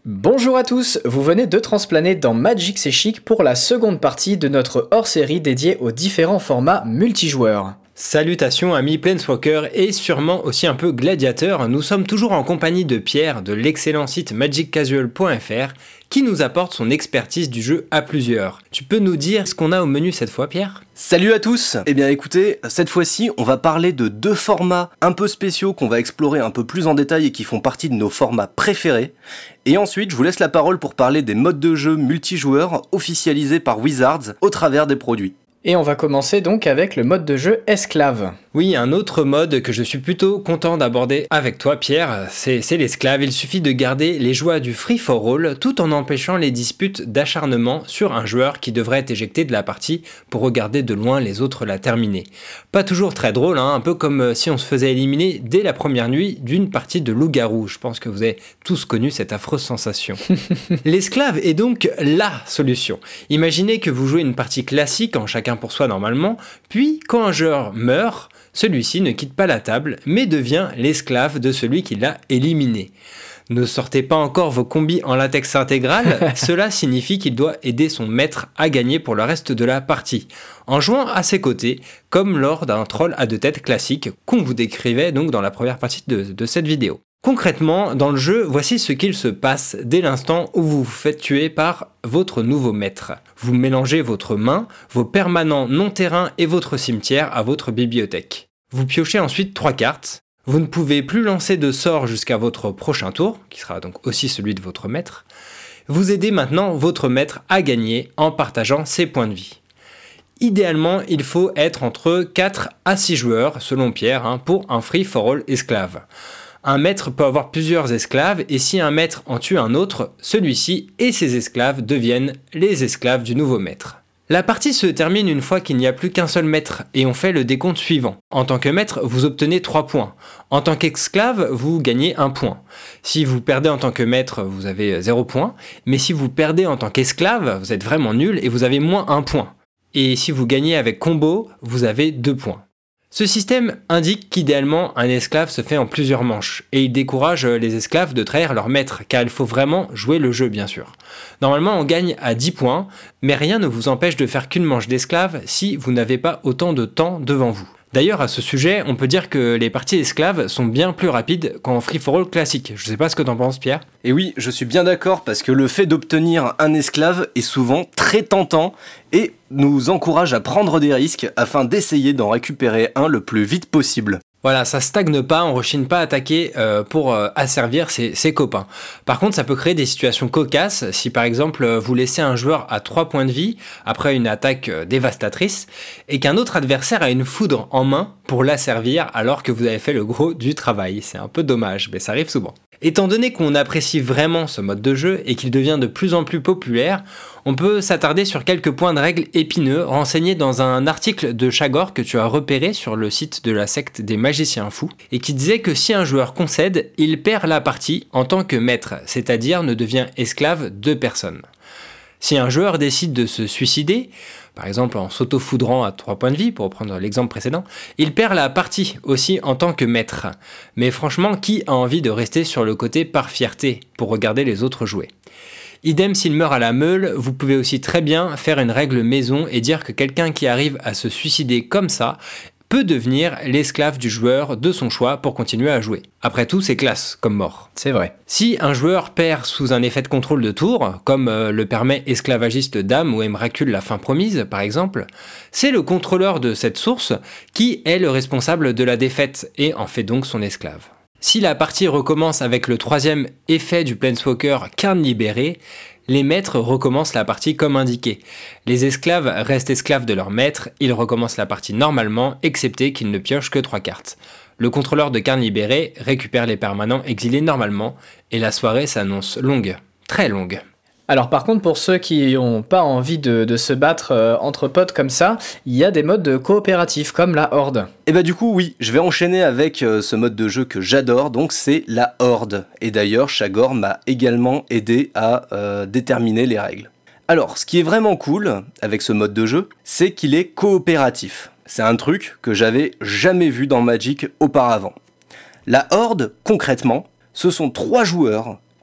Bonjour à tous, vous venez de transplaner dans Magic C'est Chic pour la seconde partie de notre hors-série dédiée aux différents formats multijoueurs. Salutations amis Planeswalkers et sûrement aussi un peu gladiateurs, nous sommes toujours en compagnie de Pierre de l'excellent site magiccasual.fr qui nous apporte son expertise du jeu à plusieurs. Tu peux nous dire ce qu'on a au menu cette fois, Pierre ? Salut à tous. Eh bien écoutez, cette fois-ci on va parler de deux formats un peu spéciaux qu'on va explorer un peu plus en détail et qui font partie de nos formats préférés. Et ensuite je vous laisse la parole pour parler des modes de jeu multijoueurs officialisés par Wizards au travers des produits. Et on va commencer donc avec le mode de jeu esclave. Oui, un autre mode que je suis plutôt content d'aborder avec toi Pierre, c'est l'esclave. Il suffit de garder les joies du free-for-all tout en empêchant les disputes d'acharnement sur un joueur qui devrait être éjecté de la partie pour regarder de loin les autres la terminer. Pas toujours très drôle, un peu comme si on se faisait éliminer dès la première nuit d'une partie de loup-garou. Je pense que vous avez tous connu cette affreuse sensation. L'esclave est donc LA solution. Imaginez que vous jouez une partie classique en chacun pour soi normalement, puis quand un joueur meurt, celui-ci ne quitte pas la table, mais devient l'esclave de celui qui l'a éliminé. Ne sortez pas encore vos combis en latex intégral, cela signifie qu'il doit aider son maître à gagner pour le reste de la partie, en jouant à ses côtés, comme lors d'un troll à deux têtes classique qu'on vous décrivait donc dans la première partie de cette vidéo. Concrètement, dans le jeu, voici ce qu'il se passe dès l'instant où vous vous faites tuer par votre nouveau maître. Vous mélangez votre main, vos permanents non-terrain et votre cimetière à votre bibliothèque. Vous piochez ensuite 3 cartes. Vous ne pouvez plus lancer de sort jusqu'à votre prochain tour, qui sera donc aussi celui de votre maître. Vous aidez maintenant votre maître à gagner en partageant ses points de vie. Idéalement, il faut être entre 4 à 6 joueurs, selon Pierre, pour un free-for-all esclave. Un maître peut avoir plusieurs esclaves et si un maître en tue un autre, celui-ci et ses esclaves deviennent les esclaves du nouveau maître. La partie se termine une fois qu'il n'y a plus qu'un seul maître et on fait le décompte suivant. En tant que maître, vous obtenez 3 points. En tant qu'esclave, vous gagnez 1 point. Si vous perdez en tant que maître, vous avez 0 point. Mais si vous perdez en tant qu'esclave, vous êtes vraiment nul et vous avez moins 1 point. Et si vous gagnez avec combo, vous avez 2 points. Ce système indique qu'idéalement un esclave se fait en plusieurs manches et il décourage les esclaves de trahir leur maître car il faut vraiment jouer le jeu bien sûr. Normalement on gagne à 10 points mais rien ne vous empêche de faire qu'une manche d'esclave si vous n'avez pas autant de temps devant vous. D'ailleurs à ce sujet on peut dire que les parties esclaves sont bien plus rapides qu'en free-for-all classique. Je sais pas ce que t'en penses Pierre. Et oui, je suis bien d'accord parce que le fait d'obtenir un esclave est souvent très tentant et nous encourage à prendre des risques afin d'essayer d'en récupérer un le plus vite possible. Voilà, ça stagne pas, on rechigne pas à attaquer pour asservir ses copains. Par contre, ça peut créer des situations cocasses si par exemple vous laissez un joueur à 3 points de vie après une attaque dévastatrice et qu'un autre adversaire a une foudre en main pour l'asservir alors que vous avez fait le gros du travail. C'est un peu dommage, mais ça arrive souvent. Étant donné qu'on apprécie vraiment ce mode de jeu et qu'il devient de plus en plus populaire, on peut s'attarder sur quelques points de règles épineux renseignés dans un article de Chagor que tu as repéré sur le site de la secte des magiciens fous et qui disait que si un joueur concède, il perd la partie en tant que maître, c'est-à-dire ne devient esclave de personne. Si un joueur décide de se suicider, par exemple en s'auto-foudrant à 3 points de vie, pour reprendre l'exemple précédent, il perd la partie aussi en tant que maître. Mais franchement, qui a envie de rester sur le côté par fierté pour regarder les autres jouer ? Idem s'il meurt à la meule, vous pouvez aussi très bien faire une règle maison et dire que quelqu'un qui arrive à se suicider comme ça peut devenir l'esclave du joueur de son choix pour continuer à jouer. Après tout, c'est classe comme mort. C'est vrai. Si un joueur perd sous un effet de contrôle de tour, comme le permet Esclavagiste Dame ou Emrakul la fin promise par exemple, c'est le contrôleur de cette source qui est le responsable de la défaite et en fait donc son esclave. Si la partie recommence avec le 3e effet du Planeswalker Carne libérée, les maîtres recommencent la partie comme indiqué. Les esclaves restent esclaves de leur maître, ils recommencent la partie normalement, excepté qu'ils ne piochent que 3 cartes. Le contrôleur de carne libérée récupère les permanents exilés normalement, et la soirée s'annonce longue, très longue. Alors par contre, pour ceux qui n'ont pas envie de se battre entre potes comme ça, il y a des modes coopératifs comme la Horde. Et bah du coup oui, je vais enchaîner avec ce mode de jeu que j'adore, donc c'est la Horde. Et d'ailleurs, Chagor m'a également aidé à déterminer les règles. Alors, ce qui est vraiment cool avec ce mode de jeu, c'est qu'il est coopératif. C'est un truc que j'avais jamais vu dans Magic auparavant. La Horde, concrètement, ce sont 3 joueurs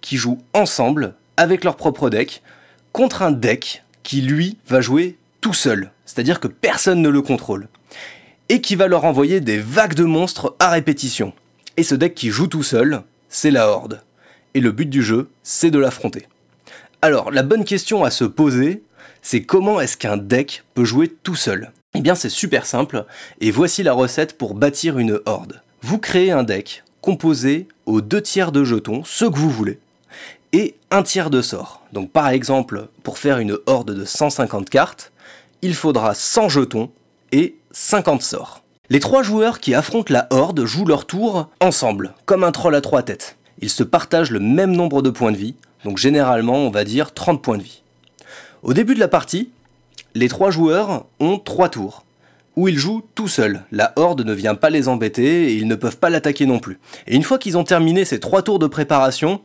qui jouent ensemble, avec leur propre deck, contre un deck qui, lui, va jouer tout seul, c'est-à-dire que personne ne le contrôle, et qui va leur envoyer des vagues de monstres à répétition. Et ce deck qui joue tout seul, c'est la Horde. Et le but du jeu, c'est de l'affronter. Alors, la bonne question à se poser, c'est comment est-ce qu'un deck peut jouer tout seul ? Eh bien, c'est super simple, et voici la recette pour bâtir une Horde. Vous créez un deck composé aux 2/3 de jetons, ceux que vous voulez, et 1/3 de sorts. Donc par exemple, pour faire une Horde de 150 cartes, il faudra 100 jetons et 50 sorts. Les 3 joueurs qui affrontent la Horde jouent leur tour ensemble, comme un troll à 3 têtes. Ils se partagent le même nombre de points de vie, donc généralement on va dire 30 points de vie. Au début de la partie, les 3 joueurs ont 3 tours, où ils jouent tout seuls. La Horde ne vient pas les embêter et ils ne peuvent pas l'attaquer non plus. Et une fois qu'ils ont terminé ces 3 tours de préparation,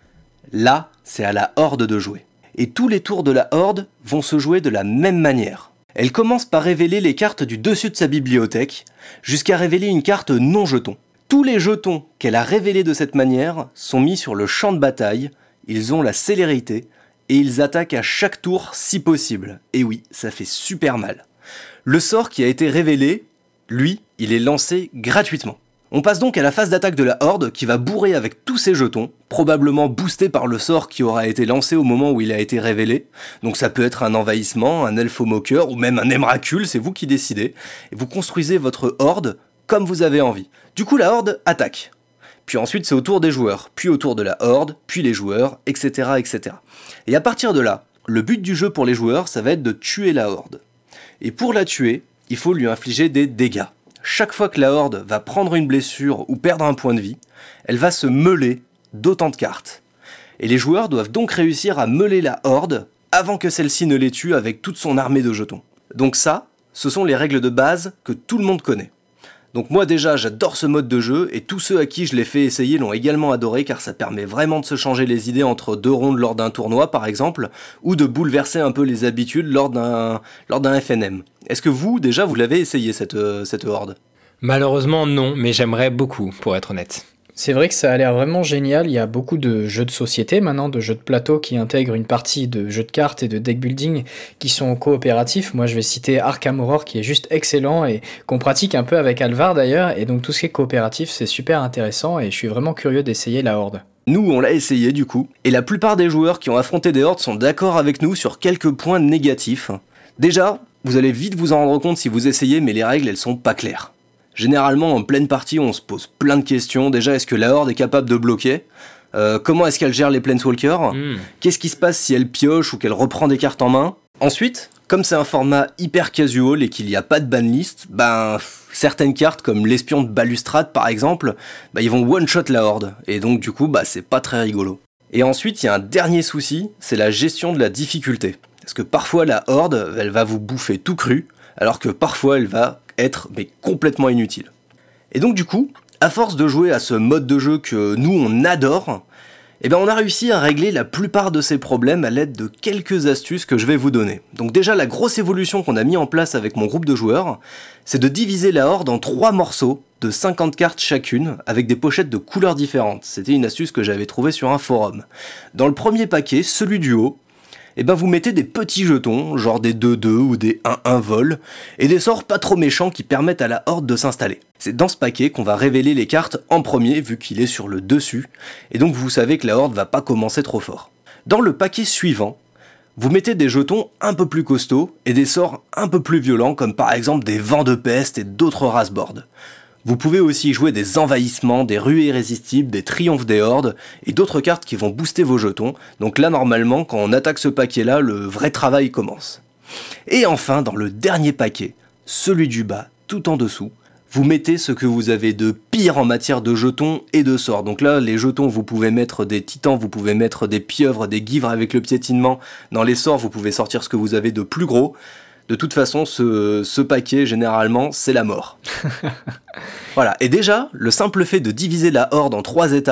là, c'est à la Horde de jouer. Et tous les tours de la Horde vont se jouer de la même manière. Elle commence par révéler les cartes du dessus de sa bibliothèque, jusqu'à révéler une carte non jeton. Tous les jetons qu'elle a révélés de cette manière sont mis sur le champ de bataille, ils ont la célérité, et ils attaquent à chaque tour si possible. Et oui, ça fait super mal. Le sort qui a été révélé, lui, il est lancé gratuitement. On passe donc à la phase d'attaque de la Horde qui va bourrer avec tous ses jetons, probablement boosté par le sort qui aura été lancé au moment où il a été révélé. Donc ça peut être un envahissement, un elfomoqueur ou même un émracule, c'est vous qui décidez. Et vous construisez votre Horde comme vous avez envie. Du coup la Horde attaque. Puis ensuite c'est au tour des joueurs, puis au tour de la Horde, puis les joueurs, etc. etc. Et à partir de là, le but du jeu pour les joueurs, ça va être de tuer la Horde. Et pour la tuer, il faut lui infliger des dégâts. Chaque fois que la Horde va prendre une blessure ou perdre un point de vie, elle va se meuler d'autant de cartes. Et les joueurs doivent donc réussir à meuler la Horde avant que celle-ci ne les tue avec toute son armée de jetons. Donc ça, ce sont les règles de base que tout le monde connaît. Donc moi déjà j'adore ce mode de jeu et tous ceux à qui je l'ai fait essayer l'ont également adoré car ça permet vraiment de se changer les idées entre 2 rondes lors d'un tournoi par exemple ou de bouleverser un peu les habitudes lors d'un FNM. Est-ce que vous déjà vous l'avez essayé cette Horde ? Malheureusement non, mais j'aimerais beaucoup pour être honnête. C'est vrai que ça a l'air vraiment génial, il y a beaucoup de jeux de société maintenant, de jeux de plateau qui intègrent une partie de jeux de cartes et de deck building qui sont coopératifs. Moi je vais citer Arkham Horror qui est juste excellent et qu'on pratique un peu avec Alvar d'ailleurs, et donc tout ce qui est coopératif c'est super intéressant et je suis vraiment curieux d'essayer la Horde. Nous on l'a essayé du coup, et la plupart des joueurs qui ont affronté des Hordes sont d'accord avec nous sur quelques points négatifs. Déjà, vous allez vite vous en rendre compte si vous essayez, mais les règles elles sont pas claires. Généralement, en pleine partie, on se pose plein de questions. Déjà, est-ce que la Horde est capable de bloquer ? Comment est-ce qu'elle gère les Planeswalkers ? Qu'est-ce qui se passe si elle pioche ou qu'elle reprend des cartes en main ? Ensuite, comme c'est un format hyper casual et qu'il n'y a pas de banlist, certaines cartes comme l'espion de Balustrade par exemple, ils vont one-shot la Horde. Et donc du coup, c'est pas très rigolo. Et ensuite, il y a un dernier souci, c'est la gestion de la difficulté. Parce que parfois, la Horde, elle va vous bouffer tout cru, alors que parfois, elle va être complètement inutile. Et donc du coup, à force de jouer à ce mode de jeu que nous on adore, on a réussi à régler la plupart de ces problèmes à l'aide de quelques astuces que je vais vous donner. Donc déjà la grosse évolution qu'on a mis en place avec mon groupe de joueurs, c'est de diviser la Horde en 3 morceaux de 50 cartes chacune, avec des pochettes de couleurs différentes. C'était une astuce que j'avais trouvée sur un forum. Dans le premier paquet, celui du haut, vous mettez des petits jetons, genre des 2-2 ou des 1-1 vol, et des sorts pas trop méchants qui permettent à la Horde de s'installer. C'est dans ce paquet qu'on va révéler les cartes en premier, vu qu'il est sur le dessus, et donc vous savez que la Horde va pas commencer trop fort. Dans le paquet suivant, vous mettez des jetons un peu plus costauds, et des sorts un peu plus violents, comme par exemple des vents de peste et d'autres race-boards. Vous pouvez aussi jouer des envahissements, des ruées irrésistibles, des triomphes des hordes et d'autres cartes qui vont booster vos jetons. Donc là, normalement, quand on attaque ce paquet-là, le vrai travail commence. Et enfin, dans le dernier paquet, celui du bas, tout en dessous, vous mettez ce que vous avez de pire en matière de jetons et de sorts. Donc là, les jetons, vous pouvez mettre des titans, vous pouvez mettre des pieuvres, des guivres avec le piétinement. Dans les sorts, vous pouvez sortir ce que vous avez de plus gros. De toute façon, ce paquet, généralement, c'est la mort. Voilà, et déjà, le simple fait de diviser la Horde en 3 étapes,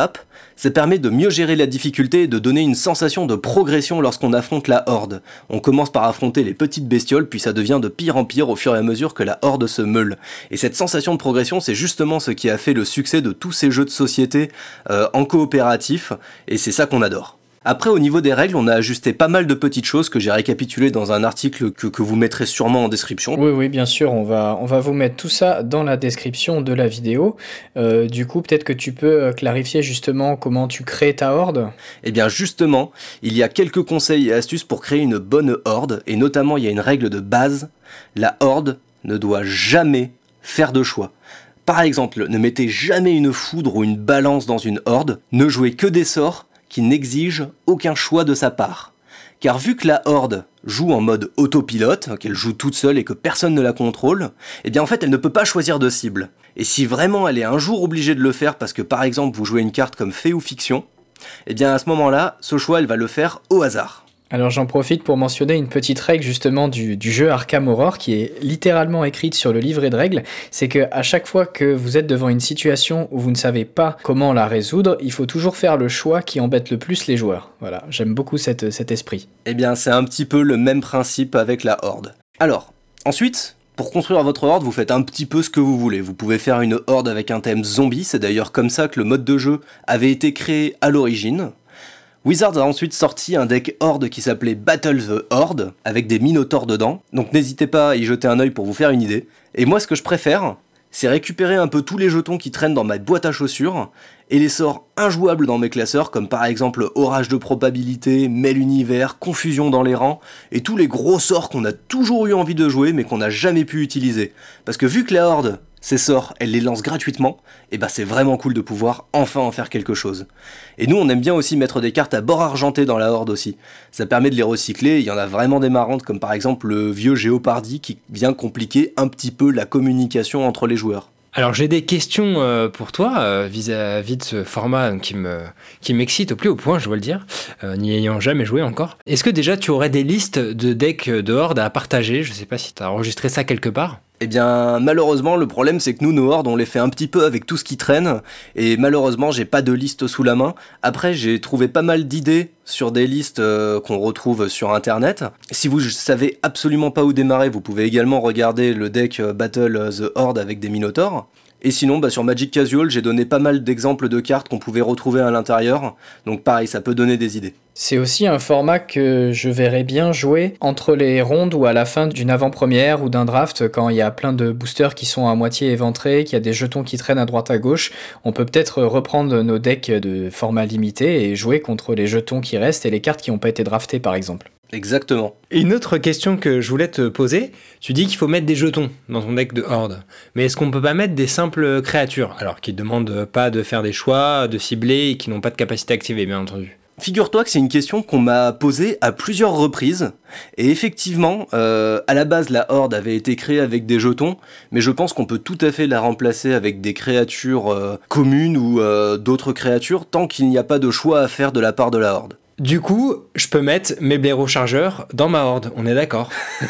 Ça permet de mieux gérer la difficulté et de donner une sensation de progression lorsqu'on affronte la horde. On commence par affronter les petites bestioles, puis ça devient de pire en pire au fur et à mesure que la horde se meule. Et cette sensation de progression, c'est justement ce qui a fait le succès de tous ces jeux de société en coopératif, et c'est ça qu'on adore. Après, au niveau des règles, on a ajusté pas mal de petites choses que j'ai récapitulées dans un article que vous mettrez sûrement en description. Oui, bien sûr, on va vous mettre tout ça dans la description de la vidéo. Du coup, peut-être que tu peux clarifier justement comment tu crées ta horde. Eh bien justement, il y a quelques conseils et astuces pour créer une bonne horde, et notamment il y a une règle de base, la horde ne doit jamais faire de choix. Par exemple, ne mettez jamais une foudre ou une balance dans une horde, ne jouez que des sorts qui n'exige aucun choix de sa part. Car vu que la horde joue en mode autopilote, qu'elle joue toute seule et que personne ne la contrôle, eh bien en fait elle ne peut pas choisir de cible. Et si vraiment elle est un jour obligée de le faire parce que par exemple vous jouez une carte comme fait ou fiction, eh bien à ce moment-là, ce choix elle va le faire au hasard. Alors j'en profite pour mentionner une petite règle justement du jeu Arkham Horror qui est littéralement écrite sur le livret de règles, c'est que à chaque fois que vous êtes devant une situation où vous ne savez pas comment la résoudre, il faut toujours faire le choix qui embête le plus les joueurs. Voilà, j'aime beaucoup cet esprit. Eh bien c'est un petit peu le même principe avec la horde. Alors, ensuite, pour construire votre horde, vous faites un petit peu ce que vous voulez. Vous pouvez faire une horde avec un thème zombie, c'est d'ailleurs comme ça que le mode de jeu avait été créé à l'origine. Wizards a ensuite sorti un deck Horde qui s'appelait Battle the Horde, avec des minotaures dedans, donc n'hésitez pas à y jeter un œil pour vous faire une idée. Et moi ce que je préfère, c'est récupérer un peu tous les jetons qui traînent dans ma boîte à chaussures, et les sorts injouables dans mes classeurs, comme par exemple Orage de probabilité, Mêle univers, Confusion dans les rangs, et tous les gros sorts qu'on a toujours eu envie de jouer mais qu'on n'a jamais pu utiliser. Parce que vu que la Horde, ces sorts, elle les lance gratuitement, et bah c'est vraiment cool de pouvoir enfin en faire quelque chose. Et nous on aime bien aussi mettre des cartes à bord argenté dans la horde aussi. Ça permet de les recycler, il y en a vraiment des marrantes comme par exemple le vieux Géopardy qui vient compliquer un petit peu la communication entre les joueurs. Alors j'ai des questions pour toi vis-à-vis de ce format qui m'excite au plus haut point, je dois le dire, n'y ayant jamais joué encore. Est-ce que déjà tu aurais des listes de decks de horde à partager? Je sais pas si tu as enregistré ça quelque part. Eh bien, malheureusement, le problème c'est que nous, nos hordes, on les fait un petit peu avec tout ce qui traîne, et malheureusement, j'ai pas de liste sous la main. Après, j'ai trouvé pas mal d'idées sur des listes qu'on retrouve sur internet. Si vous savez absolument pas où démarrer, vous pouvez également regarder le deck Battle the Horde avec des Minotaurs. Et sinon, sur Magic Casual, j'ai donné pas mal d'exemples de cartes qu'on pouvait retrouver à l'intérieur, donc pareil, ça peut donner des idées. C'est aussi un format que je verrais bien jouer entre les rondes ou à la fin d'une avant-première ou d'un draft, quand il y a plein de boosters qui sont à moitié éventrés, qu'il y a des jetons qui traînent à droite à gauche. On peut peut-être reprendre nos decks de format limité et jouer contre les jetons qui restent et les cartes qui n'ont pas été draftées par exemple. Exactement. Et une autre question que je voulais te poser, tu dis qu'il faut mettre des jetons dans ton deck de horde, mais est-ce qu'on peut pas mettre des simples créatures, alors qui demandent pas de faire des choix, de cibler et qui n'ont pas de capacité activée bien entendu? Figure-toi que c'est une question qu'on m'a posée à plusieurs reprises, et effectivement, à la base la horde avait été créée avec des jetons, mais je pense qu'on peut tout à fait la remplacer avec des créatures communes ou d'autres créatures, tant qu'il n'y a pas de choix à faire de la part de la horde. Du coup, je peux mettre mes blaireaux chargeurs dans ma horde, on est d'accord.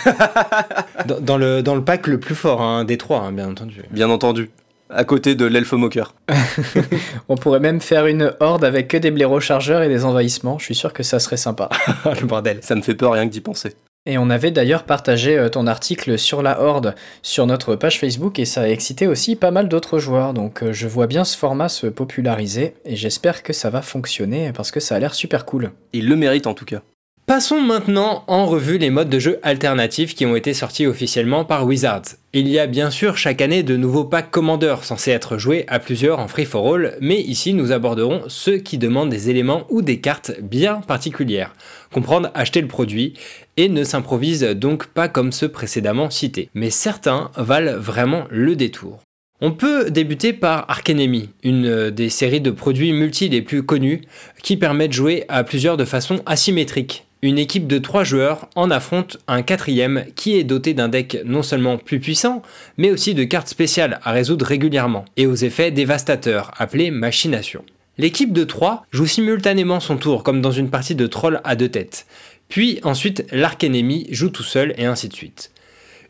dans le pack le plus fort, des trois, bien entendu. Bien entendu. À côté de l'elfe moqueur. On pourrait même faire une horde avec que des blaireaux chargeurs et des envahissements, je suis sûr que ça serait sympa. Le bordel. Ça me fait peur rien que d'y penser. Et on avait d'ailleurs partagé ton article sur la horde sur notre page Facebook et ça a excité aussi pas mal d'autres joueurs, donc je vois bien ce format se populariser et j'espère que ça va fonctionner parce que ça a l'air super cool. Il le mérite en tout cas. Passons maintenant en revue les modes de jeu alternatifs qui ont été sortis officiellement par Wizards. Il y a bien sûr chaque année de nouveaux packs Commander censés être joués à plusieurs en free-for-all, mais ici nous aborderons ceux qui demandent des éléments ou des cartes bien particulières. Comprendre acheter le produit et ne s'improvisent donc pas comme ceux précédemment cités, mais certains valent vraiment le détour. On peut débuter par Arc Enemy, une des séries de produits multi les plus connus qui permet de jouer à plusieurs de façon asymétrique. Une équipe de 3 joueurs en affronte un 4e qui est doté d'un deck non seulement plus puissant, mais aussi de cartes spéciales à résoudre régulièrement, et aux effets dévastateurs, appelés Machination. L'équipe de 3 joue simultanément son tour, comme dans une partie de troll à 2 têtes. Puis ensuite, l'Arc Enemy joue tout seul, et ainsi de suite.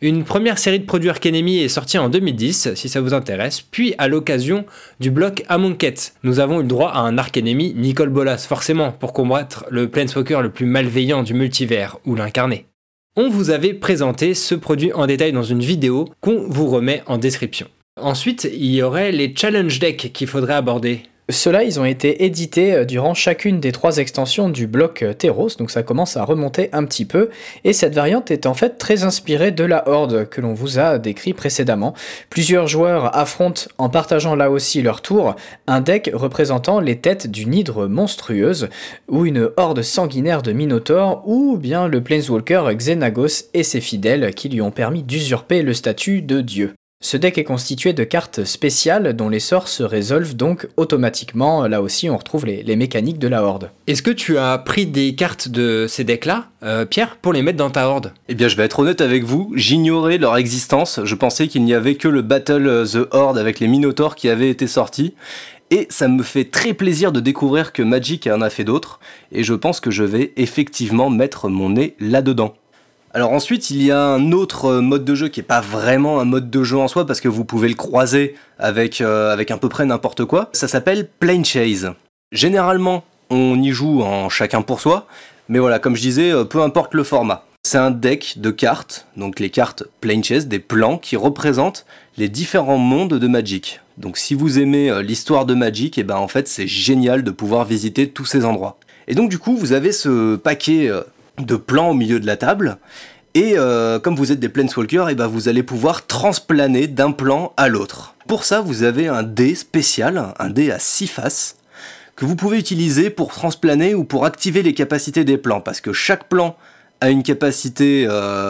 Une première série de produits Arcanemy est sortie en 2010, si ça vous intéresse, puis à l'occasion du bloc Amonkhet, nous avons eu le droit à un Arcanemy Nicol Bolas, forcément, pour combattre le Planeswalker le plus malveillant du multivers, ou l'incarné. On vous avait présenté ce produit en détail dans une vidéo qu'on vous remet en description. Ensuite, il y aurait les Challenge Decks qu'il faudrait aborder. Ceux-là, ils ont été édités durant chacune des 3 extensions du bloc Theros, donc ça commence à remonter un petit peu, et cette variante est en fait très inspirée de la Horde que l'on vous a décrit précédemment. Plusieurs joueurs affrontent, en partageant là aussi leur tour, un deck représentant les têtes d'une hydre monstrueuse, ou une horde sanguinaire de minotaures, ou bien le Planeswalker Xenagos et ses fidèles qui lui ont permis d'usurper le statut de dieu. Ce deck est constitué de cartes spéciales dont les sorts se résolvent donc automatiquement. Là aussi, on retrouve les mécaniques de la Horde. Est-ce que tu as pris des cartes de ces decks-là, Pierre, pour les mettre dans ta Horde ? Eh bien, je vais être honnête avec vous, j'ignorais leur existence. Je pensais qu'il n'y avait que le Battle the Horde avec les Minotaurs qui avait été sorti. Et ça me fait très plaisir de découvrir que Magic en a fait d'autres. Et je pense que je vais effectivement mettre mon nez là-dedans. Alors ensuite, il y a un autre mode de jeu qui est pas vraiment un mode de jeu en soi parce que vous pouvez le croiser avec à peu près n'importe quoi. Ça s'appelle Planechase. Généralement, on y joue en chacun pour soi, mais voilà, comme je disais, peu importe le format. C'est un deck de cartes, donc les cartes Planechase, des plans qui représentent les différents mondes de Magic. Donc si vous aimez l'histoire de Magic, et ben en fait c'est génial de pouvoir visiter tous ces endroits. Et donc du coup, vous avez ce paquet de plans au milieu de la table, et comme vous êtes des Planeswalkers, et ben vous allez pouvoir transplaner d'un plan à l'autre. Pour ça, vous avez un dé spécial, un dé à 6 faces, que vous pouvez utiliser pour transplaner ou pour activer les capacités des plans, parce que chaque plan a une capacité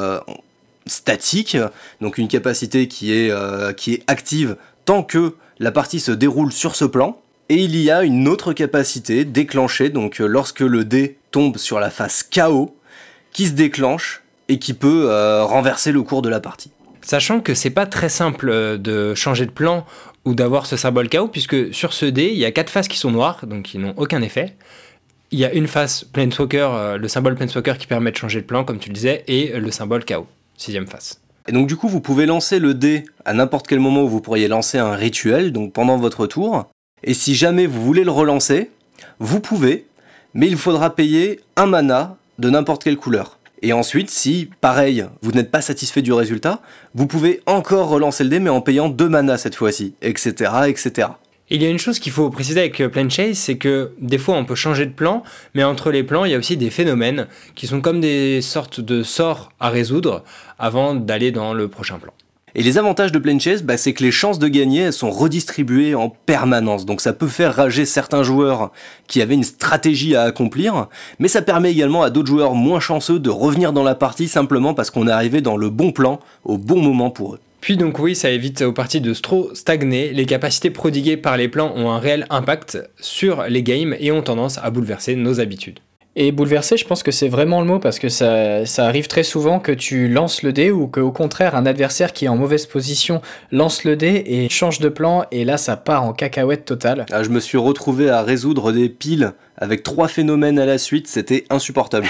statique, donc une capacité qui est active tant que la partie se déroule sur ce plan. Et il y a une autre capacité déclenchée, donc lorsque le dé tombe sur la face KO, qui se déclenche et qui peut renverser le cours de la partie. Sachant que c'est pas très simple de changer de plan ou d'avoir ce symbole KO, puisque sur ce dé, il y a 4 faces qui sont noires, donc qui n'ont aucun effet. Il y a une face Planeswalker, le symbole Planeswalker qui permet de changer de plan, comme tu le disais, et le symbole KO, 6ème face. Et donc du coup, vous pouvez lancer le dé à n'importe quel moment où vous pourriez lancer un rituel, donc pendant votre tour. Et si jamais vous voulez le relancer, vous pouvez, mais il faudra payer un mana de n'importe quelle couleur. Et ensuite, si, pareil, vous n'êtes pas satisfait du résultat, vous pouvez encore relancer le dé, mais en payant 2 manas cette fois-ci, etc., etc. Il y a une chose qu'il faut préciser avec Planechase, c'est que des fois on peut changer de plan, mais entre les plans il y a aussi des phénomènes qui sont comme des sortes de sorts à résoudre avant d'aller dans le prochain plan. Et les avantages de Planechase, c'est que les chances de gagner elles sont redistribuées en permanence. Donc ça peut faire rager certains joueurs qui avaient une stratégie à accomplir, mais ça permet également à d'autres joueurs moins chanceux de revenir dans la partie simplement parce qu'on est arrivé dans le bon plan au bon moment pour eux. Puis donc oui, ça évite aux parties de trop stagner, les capacités prodiguées par les plans ont un réel impact sur les games et ont tendance à bouleverser nos habitudes. Et bouleverser, je pense que c'est vraiment le mot parce que ça arrive très souvent que tu lances le dé ou qu'au contraire un adversaire qui est en mauvaise position lance le dé et change de plan et là ça part en cacahuète totale. Ah, je me suis retrouvé à résoudre des piles avec 3 phénomènes à la suite, c'était insupportable.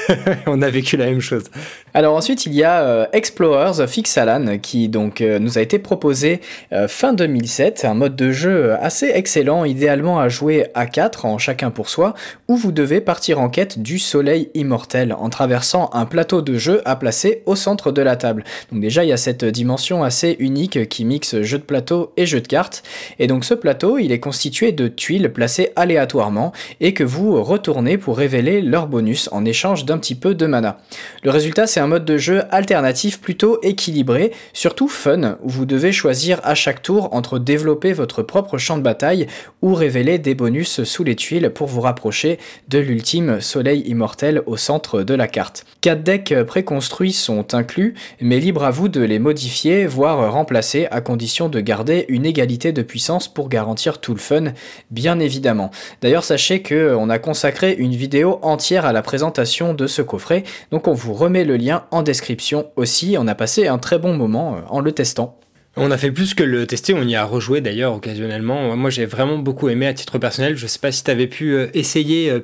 On a vécu la même chose. Alors ensuite il y a Explorers of Ixalan qui donc nous a été proposé fin 2007, un mode de jeu assez excellent, idéalement à jouer à 4 en chacun pour soi, où vous devez partir en quête du soleil immortel en traversant un plateau de jeu à placer au centre de la table. Donc déjà il y a cette dimension assez unique qui mixe jeu de plateau et jeu de cartes, et donc ce plateau il est constitué de tuiles placées aléatoirement et que vous retournez pour révéler leur bonus en échange d'un petit peu de mana. Le résultat c'est un mode de jeu alternatif plutôt équilibré, surtout fun, où vous devez choisir à chaque tour entre développer votre propre champ de bataille ou révéler des bonus sous les tuiles pour vous rapprocher de l'ultime soleil immortel au centre de la carte. 4 decks préconstruits sont inclus, mais libre à vous de les modifier, voire remplacer, à condition de garder une égalité de puissance pour garantir tout le fun, bien évidemment. D'ailleurs, sachez qu'on a consacré une vidéo entière à la présentation de ce coffret, donc on vous remet le lien en description aussi. On a passé un très bon moment en le testant. On a fait plus que le tester, on y a rejoué d'ailleurs occasionnellement. Moi j'ai vraiment beaucoup aimé à titre personnel, je sais pas si t'avais pu essayer Pierre.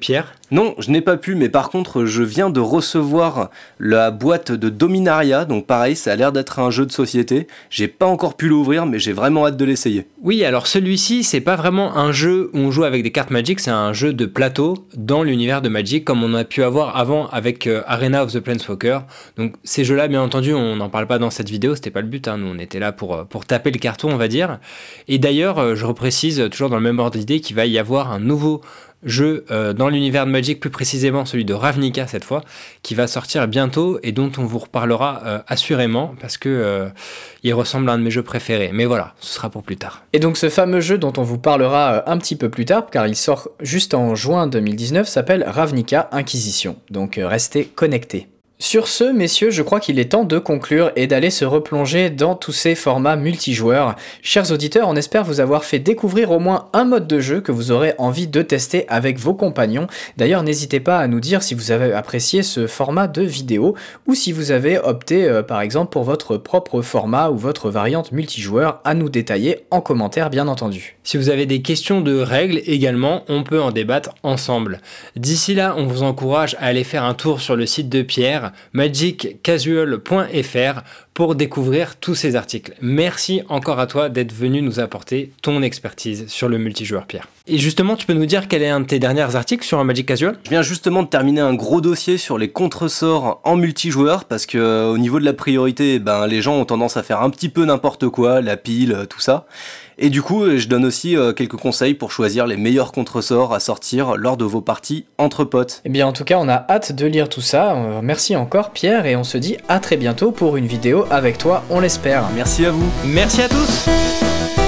Non, je n'ai pas pu, mais par contre, je viens de recevoir la boîte de Dominaria, donc pareil, ça a l'air d'être un jeu de société. J'ai pas encore pu l'ouvrir, mais j'ai vraiment hâte de l'essayer. Oui, alors celui-ci, c'est pas vraiment un jeu où on joue avec des cartes Magic, c'est un jeu de plateau dans l'univers de Magic, comme on a pu avoir avant avec Arena of the Planeswalker. Donc ces jeux-là, bien entendu, on n'en parle pas dans cette vidéo, c'était pas le but, hein. Nous on était là pour taper le carton, on va dire. Et d'ailleurs, je reprécise, toujours dans le même ordre d'idée, qu'il va y avoir un nouveau jeu dans l'univers de Magic, plus précisément celui de Ravnica cette fois, qui va sortir bientôt et dont on vous reparlera assurément, parce que il ressemble à un de mes jeux préférés. Mais voilà, ce sera pour plus tard. Et donc ce fameux jeu dont on vous parlera un petit peu plus tard, car il sort juste en juin 2019, s'appelle Ravnica Inquisition. Donc restez connectés. Sur ce, messieurs, je crois qu'il est temps de conclure et d'aller se replonger dans tous ces formats multijoueurs. Chers auditeurs, on espère vous avoir fait découvrir au moins un mode de jeu que vous aurez envie de tester avec vos compagnons. D'ailleurs, n'hésitez pas à nous dire si vous avez apprécié ce format de vidéo ou si vous avez opté par exemple pour votre propre format ou votre variante multijoueur, à nous détailler en commentaire bien entendu. Si vous avez des questions de règles également, on peut en débattre ensemble. D'ici là, on vous encourage à aller faire un tour sur le site de Pierre, magiccasual.fr, pour découvrir tous ces articles. Merci encore à toi d'être venu nous apporter ton expertise sur le multijoueur, Pierre. Et justement, tu peux nous dire quel est un de tes derniers articles sur un Magic Casual ? Je viens justement de terminer un gros dossier sur les contresorts en multijoueur, parce que au niveau de la priorité, les gens ont tendance à faire un petit peu n'importe quoi, la pile, tout ça. Et du coup, je donne aussi quelques conseils pour choisir les meilleurs contresorts à sortir lors de vos parties entre potes. Eh bien en tout cas, on a hâte de lire tout ça. Merci encore Pierre et on se dit à très bientôt pour une vidéo avec toi, on l'espère. Merci à vous. Merci à tous.